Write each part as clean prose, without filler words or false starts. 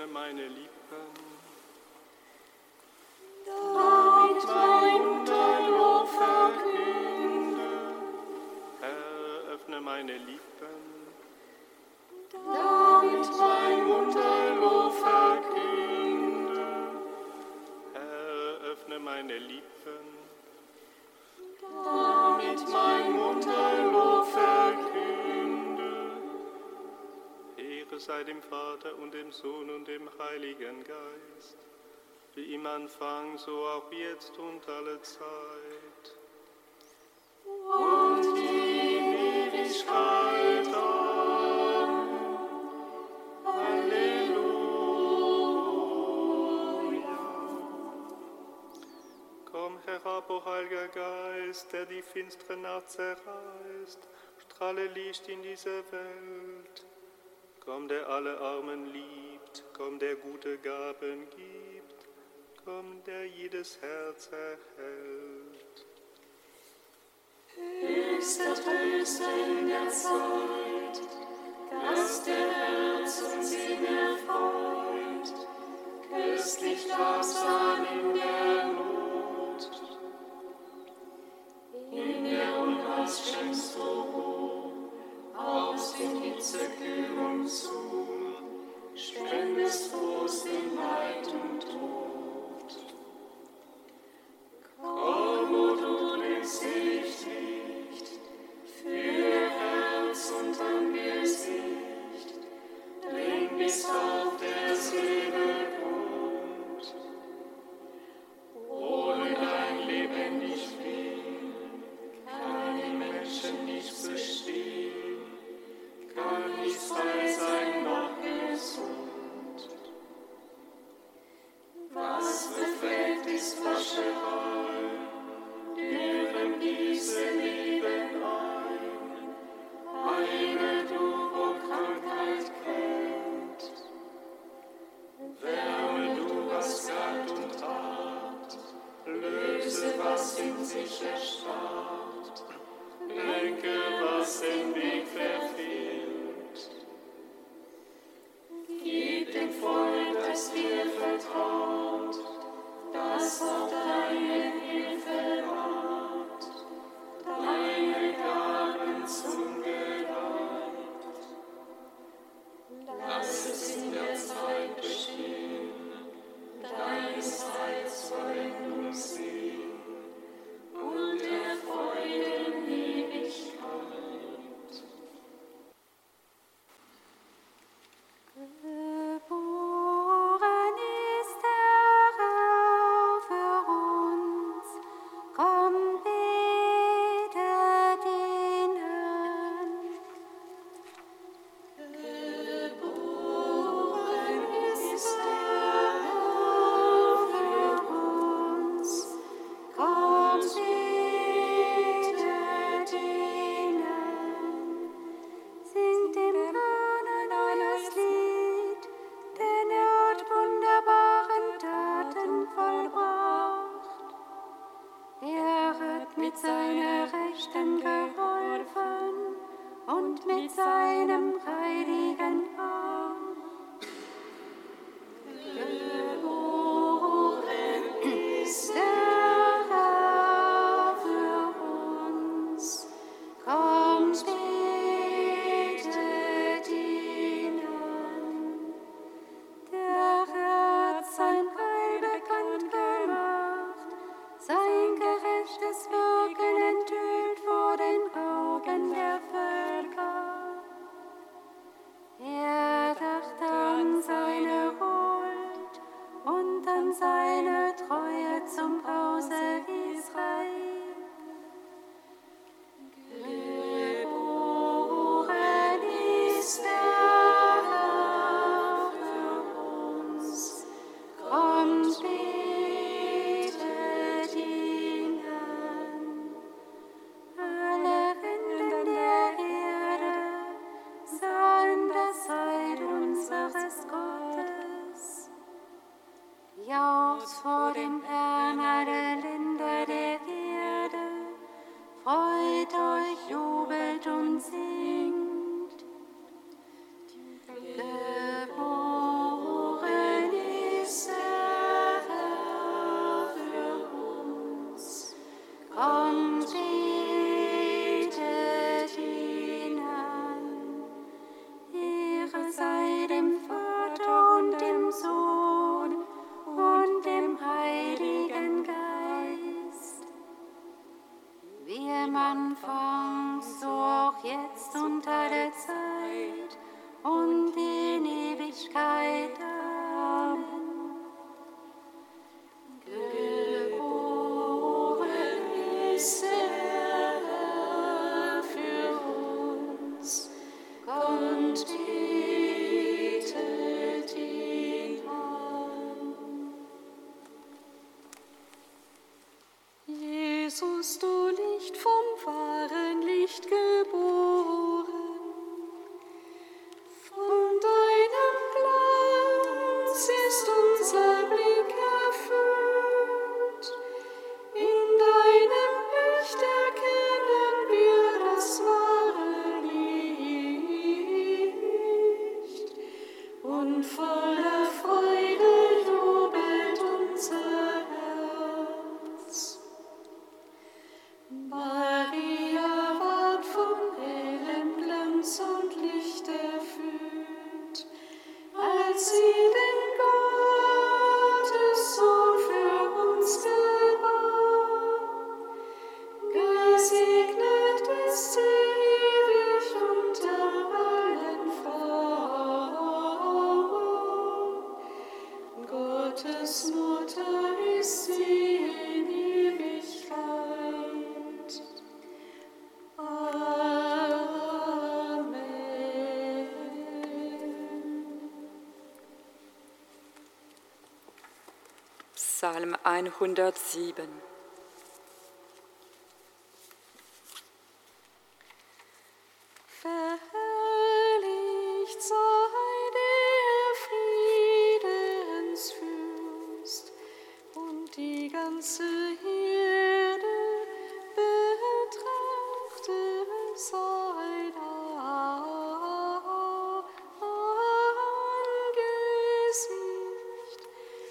öffne meine Lippen. Damit mein Mund dein Lob verkünde. Herr, öffne meine Lippen. Damit mein Mund dein Lob verkünde. Herr, öffne meine Lippen. Damit mein Mund dein Lob verkünde. Ehre sei dem Vater und dem Sohn und dem Heiligen Geist, wie im Anfang, so auch jetzt und alle Zeit. Und in Ewigkeit. Amen. Halleluja. Komm herab, o Heiliger Geist, der die finstere Nacht zerreißt, strahle Licht in diese Welt. Komm, der alle Armen liebt, komm, der gute Gaben gibt, komm, der jedes Herz erhält. Höchster Tröster in der Zeit, Gast der Herz und Sinn erfreut, köstlich Labsam in der Not. In der Unrast schenkst du Ruhe, aus den Hitzekühlung zu, spendest Trost in Leid und Tod. Komm, o du Licht, für Herz und Angesicht, dring bis auf des Höhepunkt. Ohne dein lebendig Willen kann im Menschen nichts bestehen, kann nichts frei sein noch gesund. Was befleckt ist Wascherei, dürren diese Leben ein. Heile du, wo Krankheit kennt. Wärme du, was gatt und hart. Löse, was in sich erstarrt. Lenke, was den Weg verfehlt. Gib dem Volk, das dir vertraut, das auf deine Hilfe wart, deine Gaben zum Geleit. Lass es in der Zeit bestehen, deines Heils Vollendung sehen und der Freude in Ewigkeit. Geboren ist der Herr für uns, komm, betet den Herrn. Geboren ist der Herr für uns, Komm, betet den Herrn. Singt dem Herrn ein neues Lied, Ehre sei dem Vater und dem Sohn und dem Heiligen Geist, wie im Anfang, so auch jetzt und alle Zeit und in Ewigkeit. Amen. Geboren ist der Herr für uns, kommt, betet ihn an. Jesus, du Licht vom wahren Licht geboren, von deinem Glanz ist unser Blick erfüllt. In deinem Licht erkennen wir das wahre Licht. Und voller Freude jubelt unser Herz. Maria ward von hellem Glanz und Licht erfüllt, als sie den Gottessohn für uns gebar. Gesegnet ist sie ewig unter allen Frauen. Gottes Mutter ist sie in Ewigkeit. Amen. Psalm 107. Verherrlicht sei der Friedensfürst, und die ganze Herde betrachte sein Angesicht.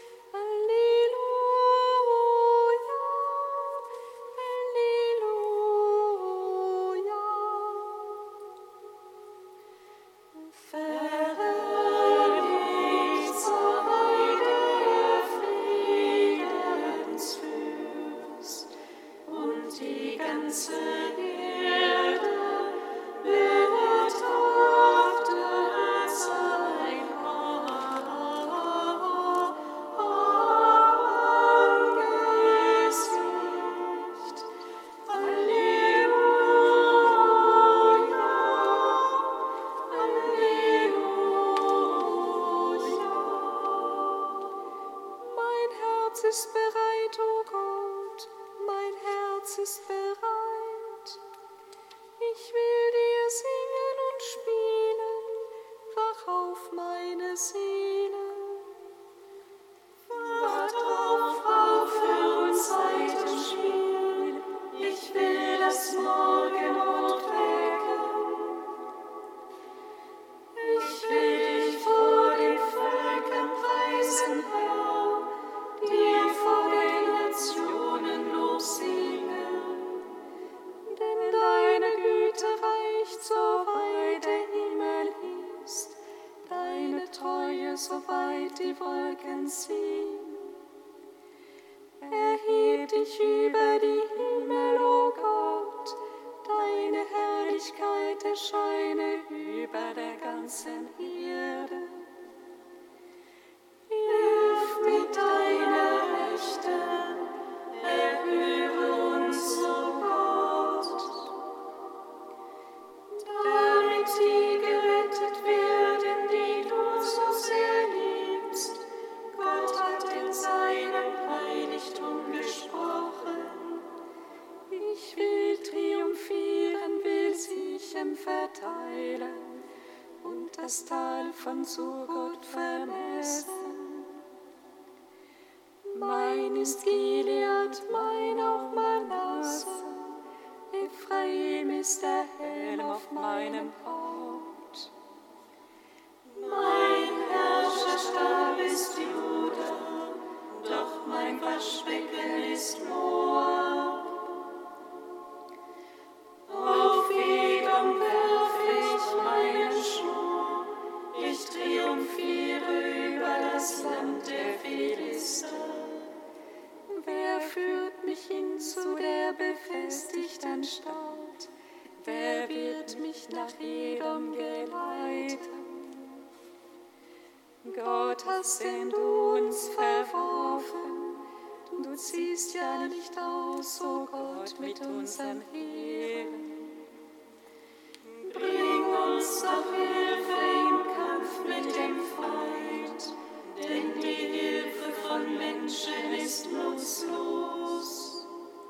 Halleluja, Halleluja. Verherrlicht sei der Friedensfürst, und die ganze Erde betrachtet sein Angesicht. Halleluja, Halleluja. Mein Herz ist bereit, o Gott, mein Herz ist bereit. Ich will dir singen und spielen, wach auf meine Seele. Wacht auf für uns Saitenspiel, ich will das Morgenrot wecken. Ich will dich vor den Völkern preisen, Herr, dir vor den Nationen Lob singen. Denn deine Güte reicht, soweit der Himmel ist, deine Treue, soweit die Wolken ziehen. Erheb dich über die Himmel, o Gott, deine Herrlichkeit erscheine über der ganzen Erde. Hilf mit deiner Rechte, erhöre uns, o Gott, damit die gerettet werden, die du so sehr liebst. Gott hat in seinem Heiligtum gesprochen. Ich will triumphieren, will Sichem verteilen und das Tal von Sukkot vermessen. Mein ist Gilead, mein auch Manasse, Ephraim ist der Helm auf meinem Haupt. Mein Herrscherstab ist Juda, doch mein Waschbecken ist Moab. Auf Edom werf ich meinen Schuh, das Land der Philister. Wer führt mich hin zu der befestigten Stadt? Wer wird mich nach Edom geleiten? Gott, hast denn du uns verworfen? Du ziehst ja nicht aus, o Gott, mit unseren Heeren. Bring uns doch Hilfe im Kampf mit dem Feind, denn die Hilfe von Menschen ist nutzlos.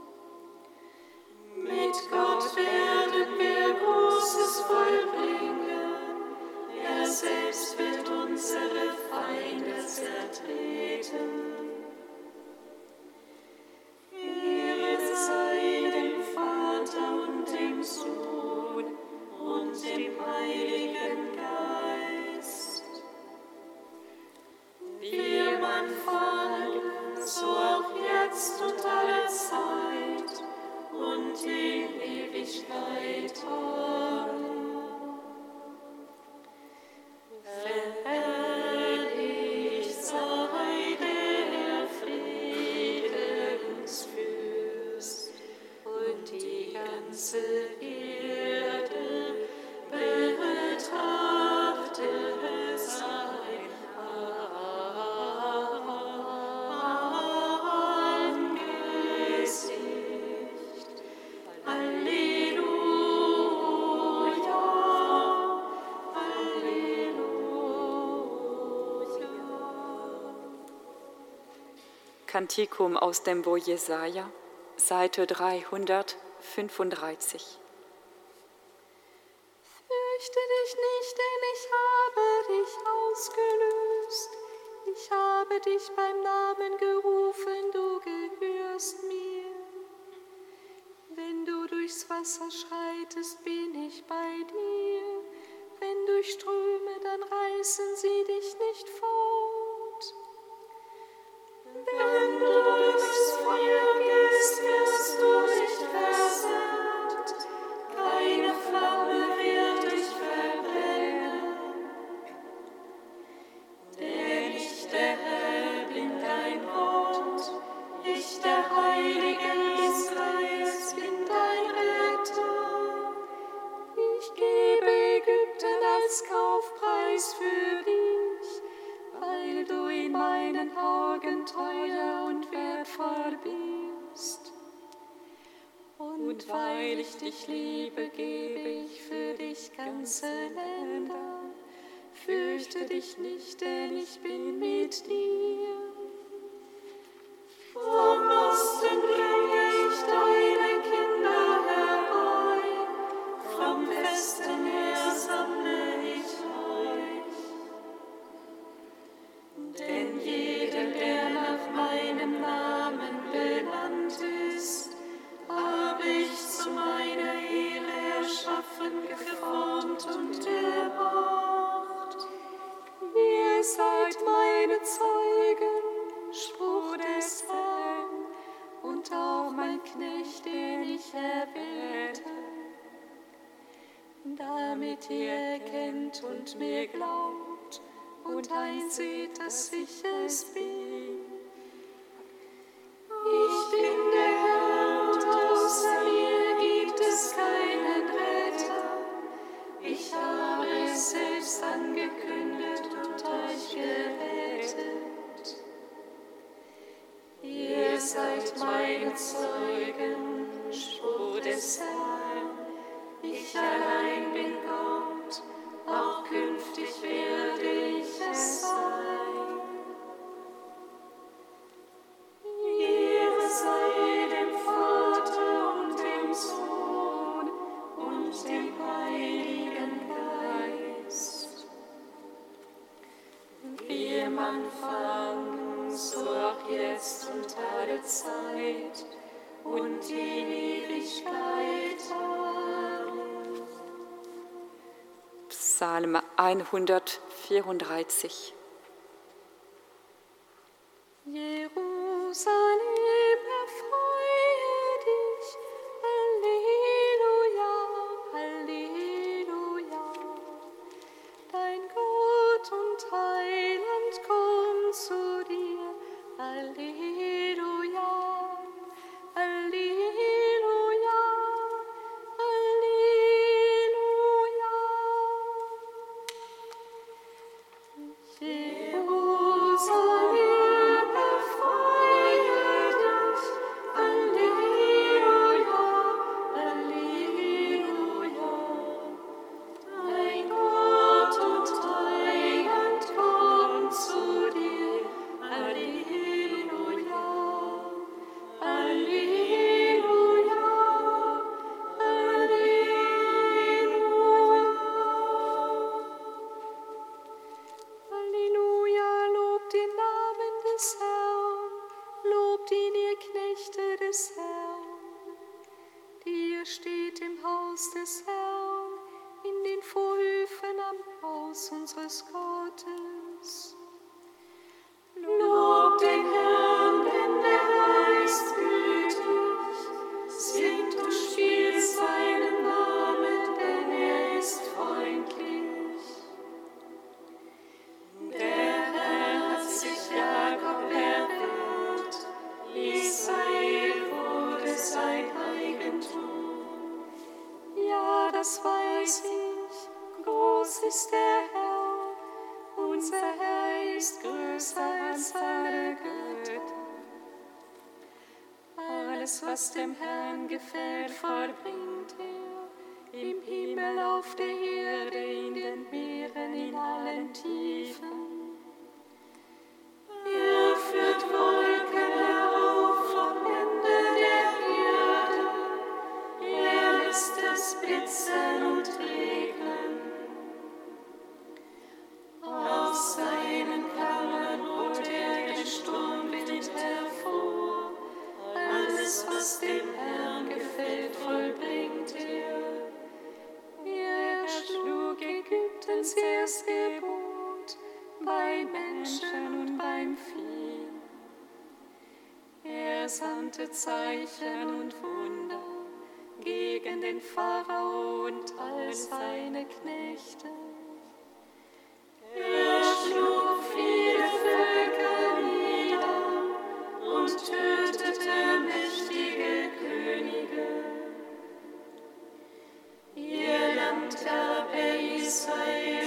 Mit Gott werden wir Großes vollbringen, er selbst wird unsere Feinde zertreten. Ehre sei dem Vater und dem Sohn und dem Heiligen Geist. Wie im Anfang, so auch jetzt und alle Zeit und in Ewigkeit. Amen. Verherrlicht sei der Friedensfürst und die ganze Erde betrachte sein Angesicht. Halleluja, Halleluja. Kantikum aus dem Buch Jesaja, Seite 335. Fürchte dich nicht, denn ich habe dich ausgelöst. Ich habe dich beim Namen gerufen, du gehörst mir. Wenn du durchs Wasser schreitest, bin ich bei dir. Wenn durch Ströme, dann reißen sie dich nicht fort. Wenn du durchs Feuer gehst, wirst du nicht verbrannt. Keine Flamme wird dich verbrennen. Denn ich, der Herr, bin dein Gott. Ich, der Heilige Israels, bin dein Retter. Ich gebe Ägypten als Kaufpreis für dich, weil du in meinen Augen teuer und wertvoll bist. Und weil ich dich liebe, gebe ich für dich ganze Länder. Fürchte dich nicht, denn ich bin mit dir. Vom Osten bringe ich deine Kinder herbei, vom Westen her sammle ich euch. Denn jeder, der nach meinem Namen benannt ist, habe ich zu meiner Ehre erschaffen, geformt und gemacht. Ihr seid meine Zeugen, Spruch des Herrn, und auch mein Knecht, den ich erwählte, damit ihr erkennt und mir glaubt und einseht, dass ich es bin. Ich bin der Herr und außer mir gibt es keinen Retter. Ich habe es selbst angekündigt und euch gerettet. Ihr seid meine Zeugen, Spruch des Herrn. Ich allein bin Gott, auch künftig werde ich es sein. Ehre sei dem Vater und dem Sohn und dem Heiligen Geist. Wie im Anfang, so auch jetzt und alle Zeit und in Ewigkeit. Amen. Psalm 134. Jerusalem, erfreue dich, Halleluja, Halleluja. Dein Gott und Heiland kommt Haus des Herrn, in den Vorhöfen am Haus unseres Gottes. Lob den Herrn, denn der Herr ist gütig. Singt und spielt seinen Namen, denn er ist freundlich. Der Herr hat sich Jakob erwählt, Israel wurde sein Eigentum. Ja, das weiß ich, groß ist der Herr, unser Herr ist größer als alle Götter. Alles, was dem Herrn gefällt, vollbringt er, im Himmel, auf der Erde, in den Meeren, in allen Tiefen. Er führt Wolken herauf vom Ende der Erde, er lässt es blitzen und regnen. Aus seinen Kammern holt er den Sturmwind hervor, alles, was dem Herrn gefällt, vollbringt er. Er erschlug Ägyptens Erstgebot, bei Menschen und beim Vieh. Er sandte Zeichen und Wunder gegen den Pharao und all seine Knechte. Er schlug viele Völker nieder und tötete mächtige Könige. Ihr Land gab er Israel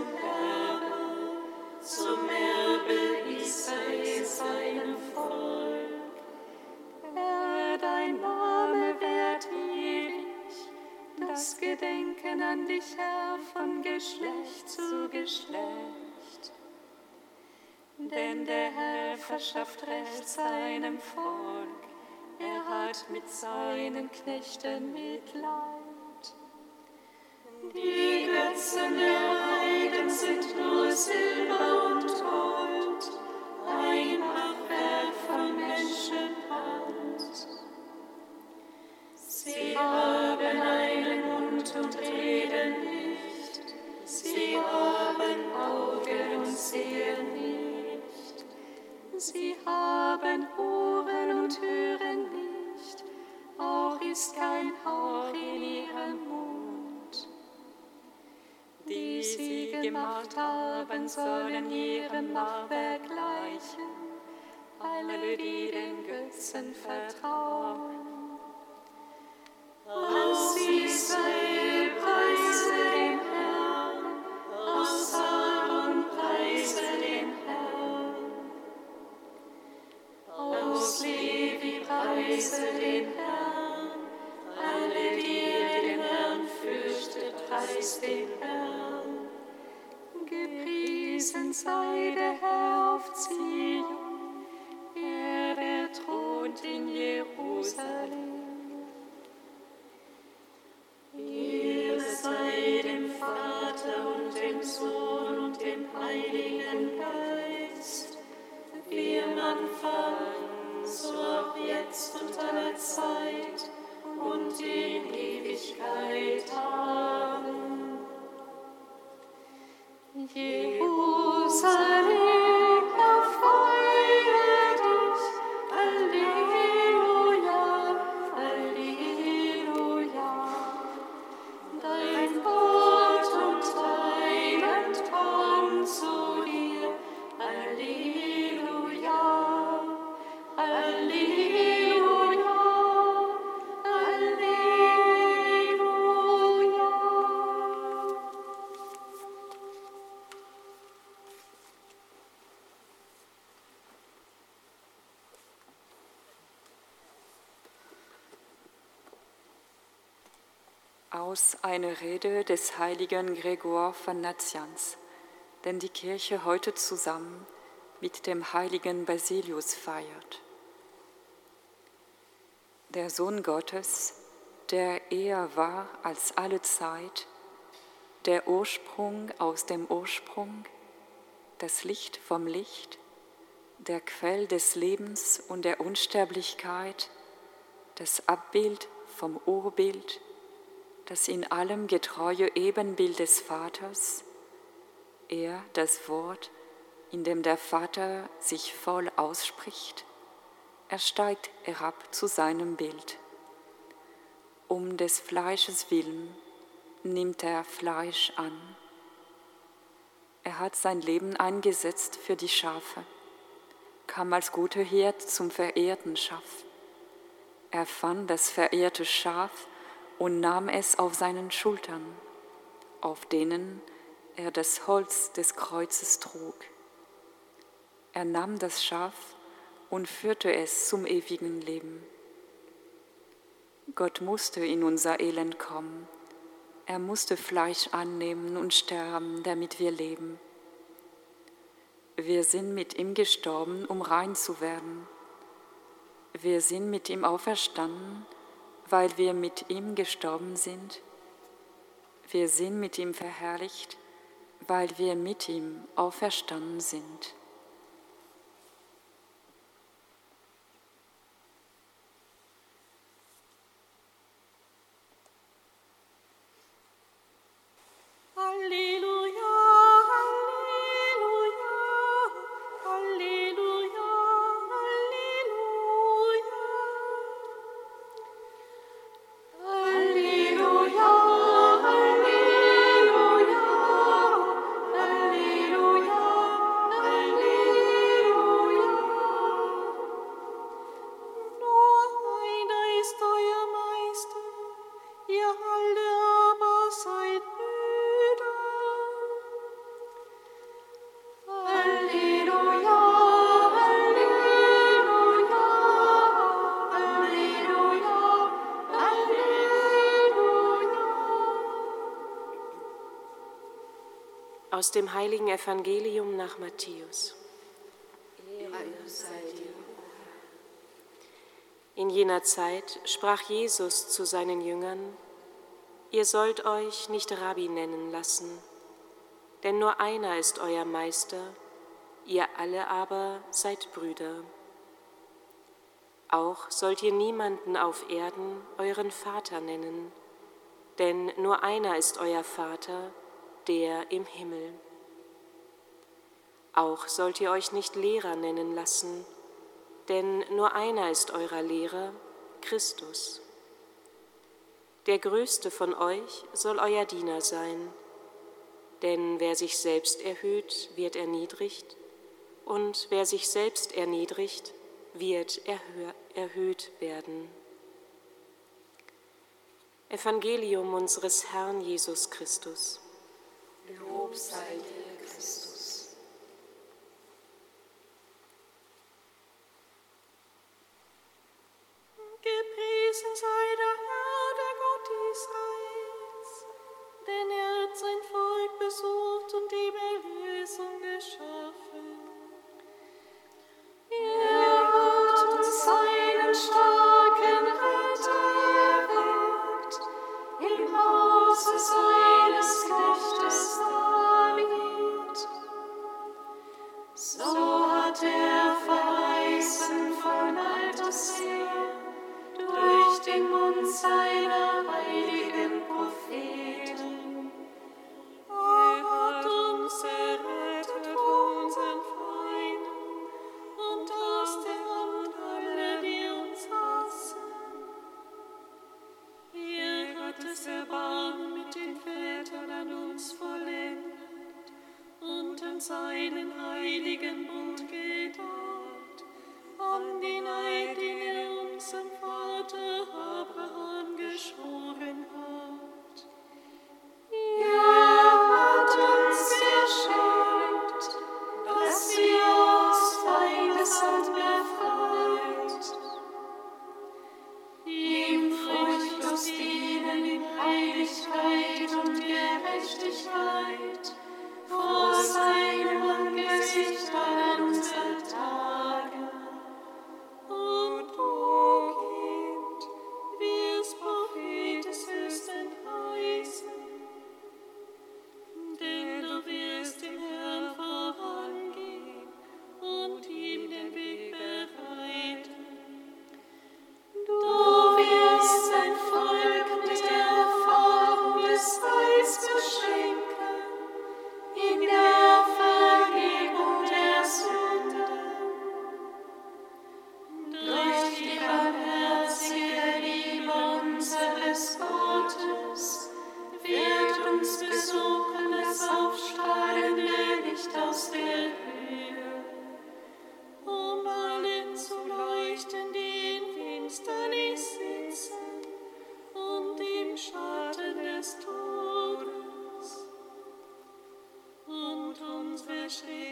zum Erbe Israel seinem Volk. Herr, dein Name währt ewig, das Gedenken an dich, Herr, von Geschlecht zu Geschlecht. Denn der Herr verschafft Recht seinem Volk, er hat mit seinen Knechten Mitleid. Die Götzen der Heiden sind nur Silber und Gold, ein Machwerk von Menschenhand. Sie haben einen Mund und reden nicht, sie haben Augen und sehen nicht. Sie haben Ohren und hören nicht, auch ist kein Hauch in ihrem Mund. Die sie gemacht haben, sollen ihrem Machwerk gleichen, alle, die den Götzen vertrauen. Aus Israel preise den Herrn, aus Aaron preise den Herrn. Aus Levi preise den Herrn, alle, die ihr den Herrn fürchtet, preist den Herrn. Gepriesen sei der Herr auf Zion, er, der thront in Jerusalem. Ehre sei dem Vater und dem Sohn und dem Heiligen Geist, wie im Anfang, so auch jetzt und alle Zeit und in Ewigkeit. Amen. Jerusalem, erfreue dich, Halleluja, Halleluja. Dein Gott und Heiland kommt zu dir, Halleluja, Halleluja, Halleluja. Aus einer Rede des heiligen Gregor von Nazianz, den die Kirche heute zusammen mit dem heiligen Basilius feiert. Der Sohn Gottes, der eher war als alle Zeit, der Ursprung aus dem Ursprung, das Licht vom Licht, der Quell des Lebens und der Unsterblichkeit, das Abbild vom Urbild, das in allem getreue Ebenbild des Vaters, er, das Wort, in dem der Vater sich voll ausspricht, er steigt herab zu seinem Bild. Um des Fleisches willen nimmt er Fleisch an. Er hat sein Leben eingesetzt für die Schafe, kam als guter Hirt zum verehrten Schaf. Er fand das verehrte Schaf und nahm es auf seinen Schultern, auf denen er das Holz des Kreuzes trug. Er nahm das Schaf und führte es zum ewigen Leben. Gott musste in unser Elend kommen. Er musste Fleisch annehmen und sterben, damit wir leben. Wir sind mit ihm gestorben, um rein zu werden. Wir sind mit ihm auferstanden, weil wir mit ihm gestorben sind. Wir sind mit ihm verherrlicht, weil wir mit ihm auferstanden sind. Aus dem heiligen Evangelium nach Matthäus. In jener Zeit sprach Jesus zu seinen Jüngern: Ihr sollt euch nicht Rabbi nennen lassen, denn nur einer ist euer Meister, ihr alle aber seid Brüder. Auch sollt ihr niemanden auf Erden euren Vater nennen, denn nur einer ist euer Vater, der im Himmel. Auch sollt ihr euch nicht Lehrer nennen lassen, denn nur einer ist eurer Lehrer, Christus. Der Größte von euch soll euer Diener sein, denn wer sich selbst erhöht, wird erniedrigt, und wer sich selbst erniedrigt, wird erhöht werden. Evangelium unseres Herrn Jesus Christus. Lob sei dir, Christus. Gepriesen sei der Herr, der Gott Israels, denn er hat sein Volk besucht und ihm Erlösung geschaffen. Er hat uns seinen starken Retter erweckt, im Hause seines Knechtes David. So hat er verheißen von alters her, durch den Mund seiner heiligen Propheten. Er hat uns errettet von unseren Feinden und aus der Hand aller, die uns hassen. Er hat das Erbarmen mit den Vätern an uns vollendet und an seinen heiligen Bund gedacht, an den Eid, den er unserem Vater Abraham geschworen hat. Er hat uns geschenkt, dass wir aus Feindeshand befreit, ihm furchtlos dienen in Heiligkeit und Gerechtigkeit, vor seinem Angesicht all unsere Tage. Und o Kind, wie es prophetische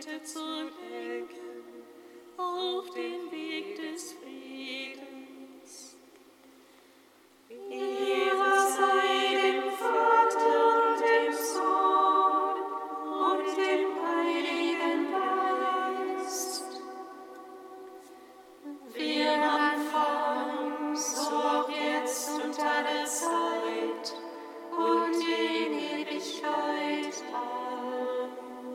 heute zu lenken auf den Weg des Friedens. Ehre sei dem Vater und dem Sohn und dem Heiligen Geist, wie am Anfang, so auch jetzt und alle Zeit und in Ewigkeit. Amen.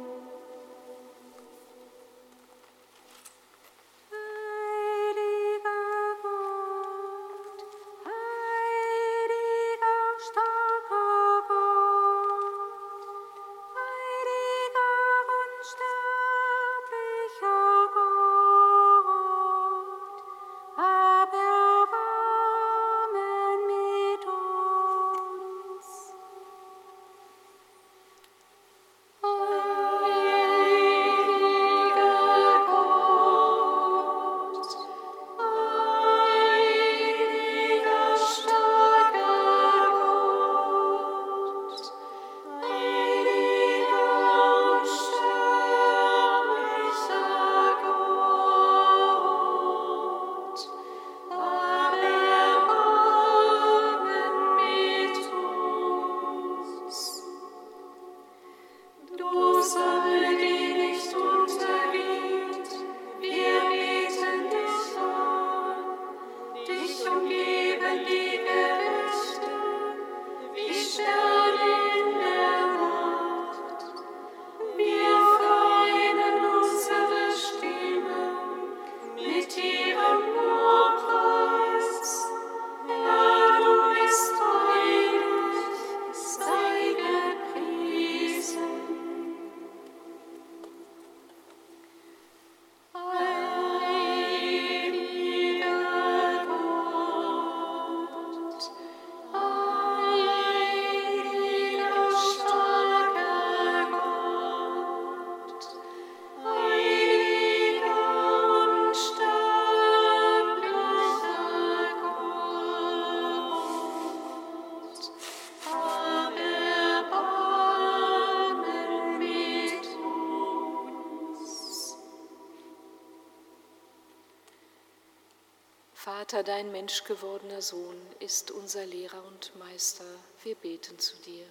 Vater, dein menschgewordener Sohn ist unser Lehrer und Meister. Wir beten zu dir.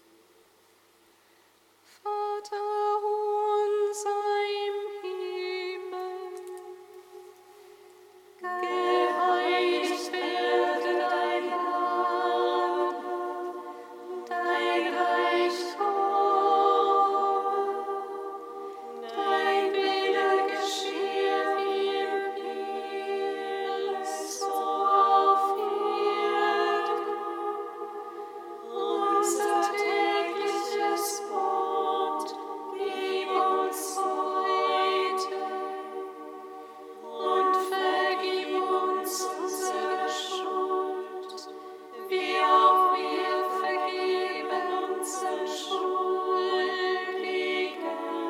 Vater unser im Himmel, geheiligt werde dein Name, dein Reich komme, dein Wille geschehe wie im Himmel, so auf Erden. Unser tägliches Brot gib uns heute und vergib uns unsere Schuld, wie auch wir vergeben unseren Schuldigen.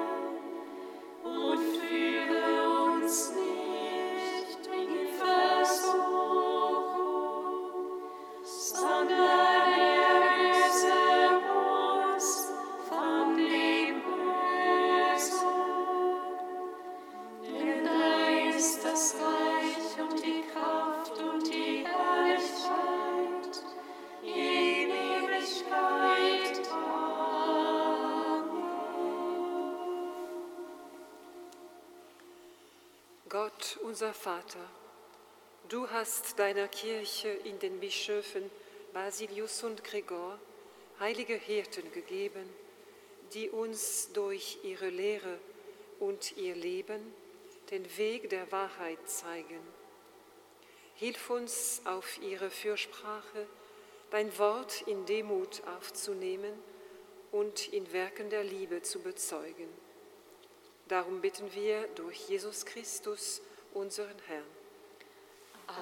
Und führe uns nicht in Versuchung, sondern erlöse uns von dem Bösen. Denn dein ist das Reich und die Kraft und die Herrlichkeit in Ewigkeit. Amen. Gott, unser Vater, du hast deiner Kirche in den Bischöfen Basilius und Gregor heilige Hirten gegeben, die uns durch ihre Lehre und ihr Leben den Weg der Wahrheit zeigen. Hilf uns auf ihre Fürsprache, dein Wort in Demut aufzunehmen und in Werken der Liebe zu bezeugen. Darum bitten wir durch Jesus Christus, unseren Herrn.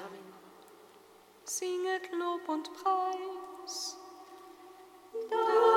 Singet Lob und Preis. Dank